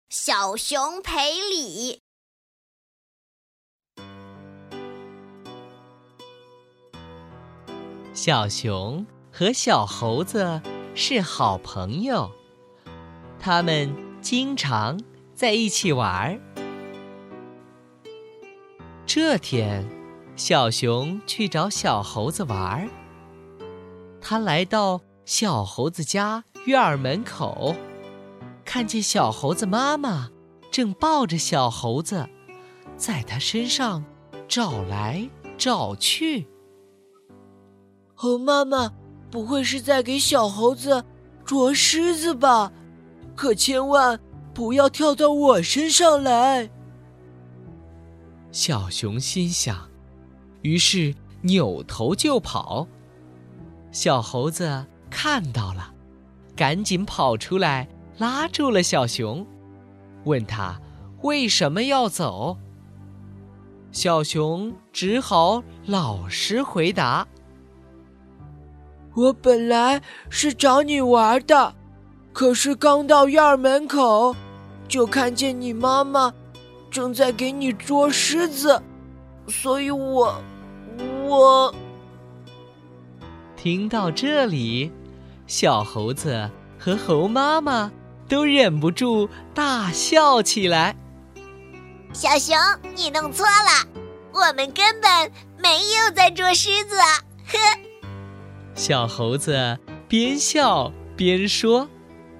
小熊赔礼。 小熊和小猴子是好朋友，他们经常在一起玩。这天，小熊去找小猴子玩，他来到小猴子家院门口，看见小猴子妈妈正抱着小猴子，在他身上找来找去。 猴妈妈不会是在给小猴子捉虱子吧？可千万不要跳到我身上来。 小熊心想，于是扭头就跑。小猴子看到了，赶紧跑出来拉住了小熊，问他为什么要走。小熊只好老实回答： 我本来是找你玩的，可是刚到院门口，就看见你妈妈正在给你捉虱子，所以我…… 听到这里，小猴子和猴妈妈都忍不住大笑起来。 小熊，你弄错了，我们根本没有在捉虱子啊！呵。 小猴子边笑边说：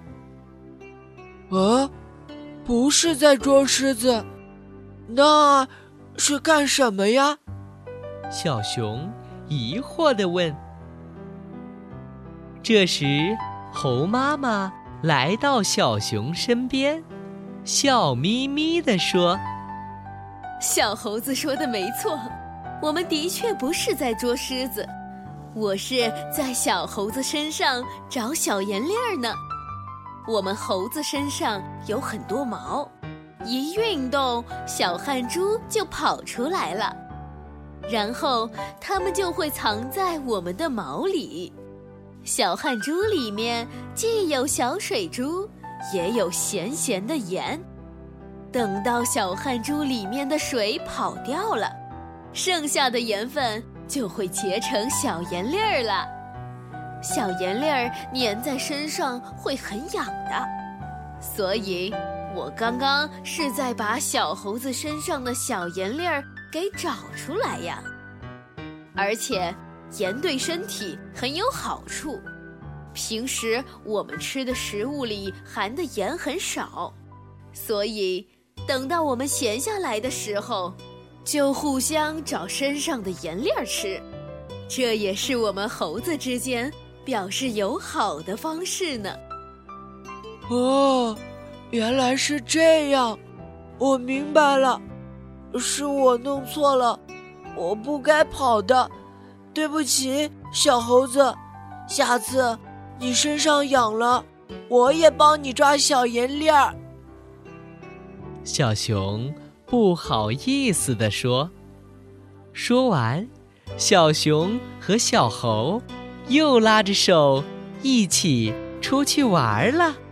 不是在捉虱子，那是干什么呀？ 小熊疑惑地问。这时，猴妈妈来到小熊身边，笑眯眯地说： 小猴子说的没错，我们的确不是在捉虱子，我是在小猴子身上找小盐粒儿呢。我们猴子身上有很多毛，一运动，小汗珠就跑出来了，然后它们就会藏在我们的毛里。小汗珠里面既有小水珠，也有咸咸的盐。等到小汗珠里面的水跑掉了，剩下的盐分就会结成小盐粒儿了。小盐粒儿粘在身上会很痒的，所以我刚刚是在把小猴子身上的小盐粒儿给找出来呀。而且盐对身体很有好处，平时我们吃的食物里含的盐很少，所以等到我们闲下来的时候，就互相找身上的盐粒儿吃，这也是我们猴子之间表示友好的方式呢。 原来是这样，我明白了，是我弄错了，我不该跑的，对不起，小猴子，下次你身上痒了，我也帮你抓小盐粒儿。 小熊不好意思地说。说完，小熊和小猴又拉着手一起出去玩了。